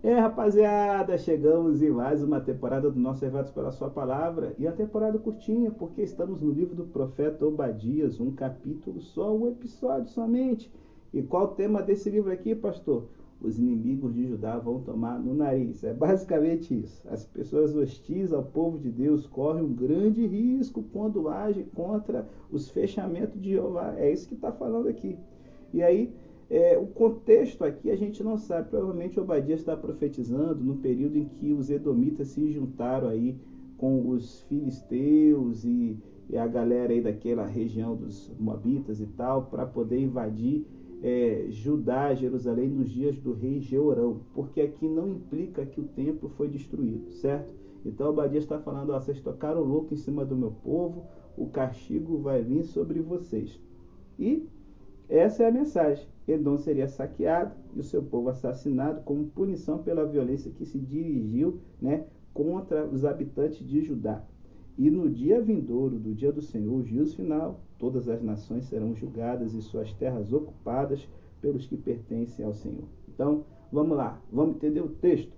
Rapaziada, chegamos em mais uma temporada do nosso Levados pela Sua Palavra, e a temporada curtinha, porque estamos no livro do profeta Obadias, um capítulo só, um episódio somente. E qual o tema desse livro aqui, pastor? Os inimigos de Judá vão tomar no nariz. É basicamente isso. As pessoas hostis ao povo de Deus correm um grande risco quando agem contra os fechamentos de Jeová. É isso que está falando aqui. E aí, o contexto aqui a gente não sabe. Provavelmente Obadias está profetizando no período em que os edomitas se juntaram aí com os filisteus e a galera aí daquela região dos moabitas e tal, para poder invadir Judá, Jerusalém, nos dias do rei Jeorão, porque aqui não implica que o templo foi destruído, certo? Então Obadias está falando, vocês tocaram louco em cima do meu povo, o castigo vai vir sobre vocês. E essa é a mensagem. Edom seria saqueado e o seu povo assassinado como punição pela violência que se dirigiu, contra os habitantes de Judá. E no dia vindouro, do dia do Senhor, o juízo final, todas as nações serão julgadas e suas terras ocupadas pelos que pertencem ao Senhor. Então, vamos lá, vamos entender o texto.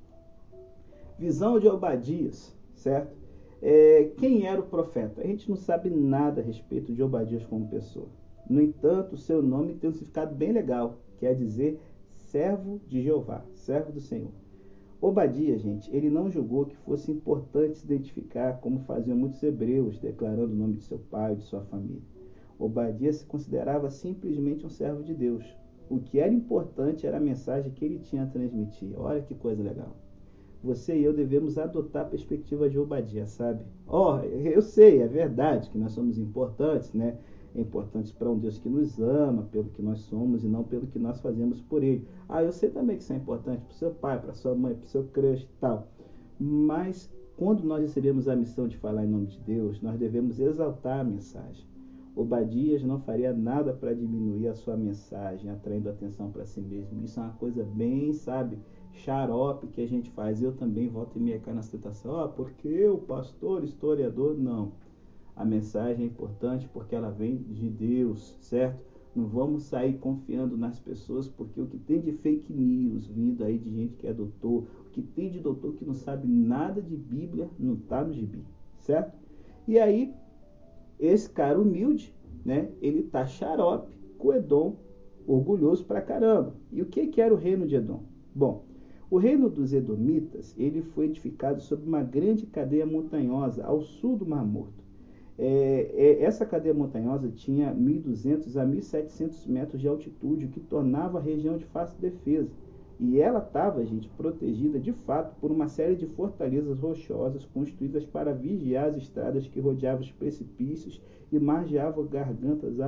Visão de Obadias, certo? Quem era o profeta? A gente não sabe nada a respeito de Obadias como pessoa. No entanto, seu nome tem um significado bem legal, quer dizer servo de Jeová, servo do Senhor. Obadias, gente, ele não julgou que fosse importante se identificar como faziam muitos hebreus, declarando o nome de seu pai e de sua família. Obadias se considerava simplesmente um servo de Deus. O que era importante era a mensagem que ele tinha a transmitir. Olha que coisa legal. Você e eu devemos adotar a perspectiva de Obadias, sabe? Eu sei, é verdade que nós somos importantes, né? Importantes para um Deus que nos ama, pelo que nós somos e não pelo que nós fazemos por ele. Eu sei também que isso é importante para o seu pai, para sua mãe, para o seu crush e tal. Mas quando nós recebemos a missão de falar em nome de Deus, nós devemos exaltar a mensagem. Obadias não faria nada para diminuir a sua mensagem, atraindo atenção para si mesmo. Isso é uma coisa bem, sabe, xarope que a gente faz. Eu também volto e meia cá na citação. Porque eu, pastor, historiador, não. A mensagem é importante porque ela vem de Deus, certo? Não vamos sair confiando nas pessoas, porque o que tem de fake news vindo aí de gente que é doutor, o que tem de doutor que não sabe nada de Bíblia, não está no gibi, certo? E aí, esse cara humilde, ele tá xarope com Edom, orgulhoso pra caramba. E o que era o reino de Edom? Bom, o reino dos edomitas, ele foi edificado sobre uma grande cadeia montanhosa ao sul do Mar Morto. Essa cadeia montanhosa tinha 1.200 a 1.700 metros de altitude, o que tornava a região de fácil defesa. E ela estava, gente, protegida de fato por uma série de fortalezas rochosas construídas para vigiar as estradas que rodeavam os precipícios e margeavam gargantas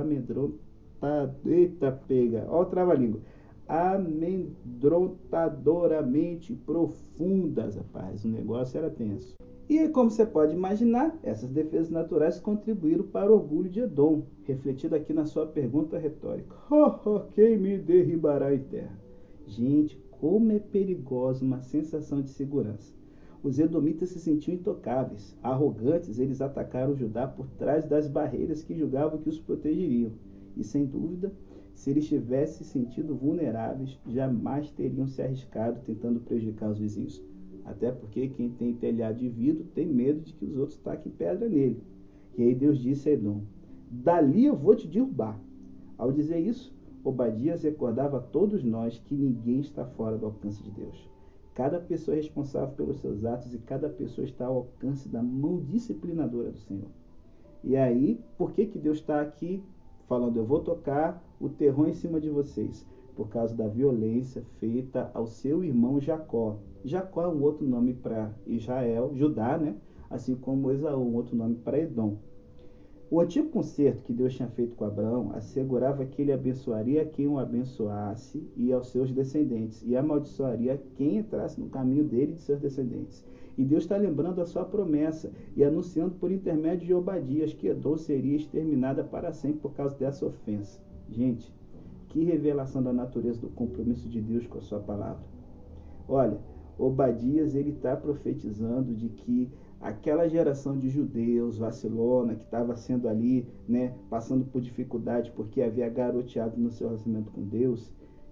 amedrontadoramente profundas, rapaz. O negócio era tenso. E, como você pode imaginar, essas defesas naturais contribuíram para o orgulho de Edom, refletido aqui na sua pergunta retórica. Quem me derribará em terra? Gente, como é perigosa uma sensação de segurança. Os edomitas se sentiam intocáveis. Arrogantes, eles atacaram Judá por trás das barreiras que julgavam que os protegeriam. E, sem dúvida, se eles tivessem se sentido vulneráveis, jamais teriam se arriscado tentando prejudicar os vizinhos. Até porque quem tem telhado de vidro tem medo de que os outros taquem pedra nele. E aí Deus disse a Edom: dali eu vou te derrubar. Ao dizer isso, Obadias recordava a todos nós que ninguém está fora do alcance de Deus. Cada pessoa é responsável pelos seus atos e cada pessoa está ao alcance da mão disciplinadora do Senhor. E aí, por que Deus está aqui falando, eu vou tocar o terror em cima de vocês? Por causa da violência feita ao seu irmão Jacó. Jacó é um outro nome para Israel, Judá, assim como Esaú, um outro nome para Edom. O antigo concerto que Deus tinha feito com Abraão assegurava que ele abençoaria quem o abençoasse e aos seus descendentes, e amaldiçoaria quem entrasse no caminho dele e de seus descendentes. E Deus está lembrando a sua promessa e anunciando por intermédio de Obadias que Edom seria exterminada para sempre por causa dessa ofensa. Gente, que revelação da natureza do compromisso de Deus com a sua palavra. Olha, Obadias ele está profetizando de que aquela geração de judeus vacilona, que estava sendo ali, passando por dificuldade porque havia garoteado no seu relacionamento com Deus,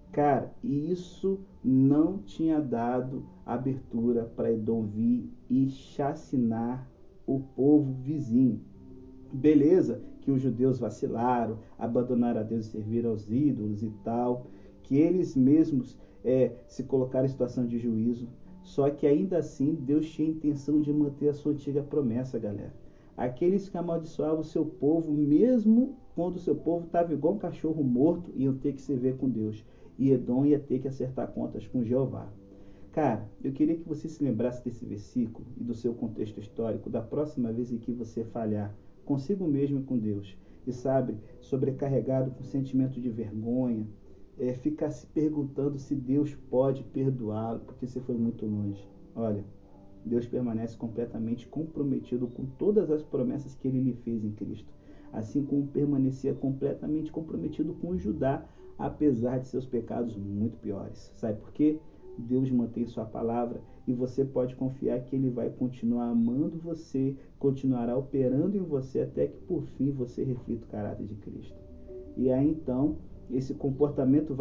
Cara, e isso não tinha dado abertura para Edom vir e chacinar o povo vizinho. Beleza, que os judeus vacilaram, abandonaram a Deus e serviram aos ídolos e tal, que eles mesmos se colocaram em situação de juízo, só que ainda assim Deus tinha a intenção de manter a sua antiga promessa, galera. Aqueles que amaldiçoavam o seu povo, mesmo quando o seu povo estava igual um cachorro morto, iam ter que se ver com Deus. E Edom ia ter que acertar contas com Jeová. Cara, eu queria que você se lembrasse desse versículo e do seu contexto histórico da próxima vez em que você falhar consigo mesmo e com Deus. E sabe, sobrecarregado com sentimento de vergonha, ficar se perguntando se Deus pode perdoá-lo porque você foi muito longe. Olha, Deus permanece completamente comprometido com todas as promessas que ele lhe fez em Cristo, assim como permanecia completamente comprometido com Judá, apesar de seus pecados muito piores. Sabe por quê? Deus mantém sua palavra e você pode confiar que ele vai continuar amando você, continuará operando em você até que por fim você reflita o caráter de Cristo. E aí então, esse comportamento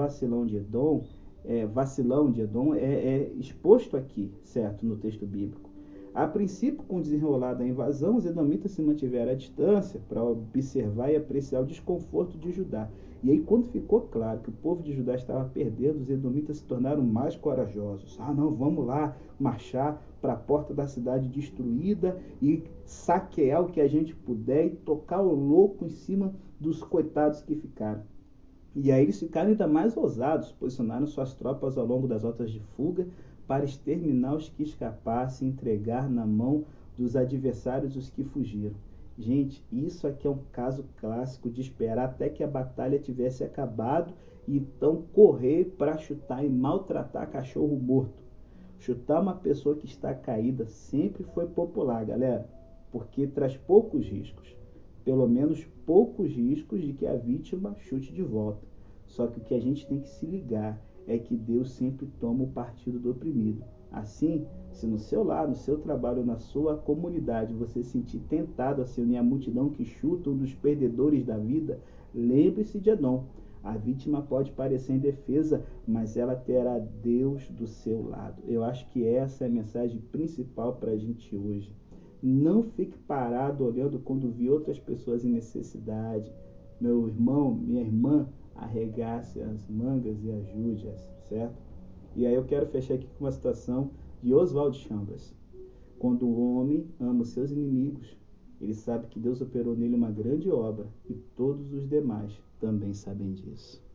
vacilão de Edom é exposto aqui, certo, no texto bíblico. A princípio, com o desenrolar da invasão, os edomitas se mantiveram à distância para observar e apreciar o desconforto de Judá. E aí, quando ficou claro que o povo de Judá estava perdendo, os edomitas se tornaram mais corajosos. Ah, não, vamos lá marchar para a porta da cidade destruída e saquear o que a gente puder e tocar o louco em cima dos coitados que ficaram. E aí eles ficaram ainda mais ousados, posicionaram suas tropas ao longo das rotas de fuga para exterminar os que escapassem e entregar na mão dos adversários os que fugiram. Gente, isso aqui é um caso clássico de esperar até que a batalha tivesse acabado e então correr para chutar e maltratar cachorro morto. Chutar uma pessoa que está caída sempre foi popular, galera, porque traz poucos riscos. Pelo menos poucos riscos de que a vítima chute de volta. Só que o que a gente tem que se ligar é que Deus sempre toma o partido do oprimido. Assim, se no seu lar, no seu trabalho, na sua comunidade, você se sentir tentado a se unir à multidão que chuta um dos perdedores da vida, lembre-se de Edom. A vítima pode parecer indefesa, mas ela terá Deus do seu lado. Eu acho que essa é a mensagem principal para a gente hoje. Não fique parado olhando quando vê outras pessoas em necessidade. Meu irmão, minha irmã, arregace as mangas e ajude-as, certo? E aí eu quero fechar aqui com uma citação de Oswald Chambers. Quando o homem ama os seus inimigos, ele sabe que Deus operou nele uma grande obra e todos os demais também sabem disso.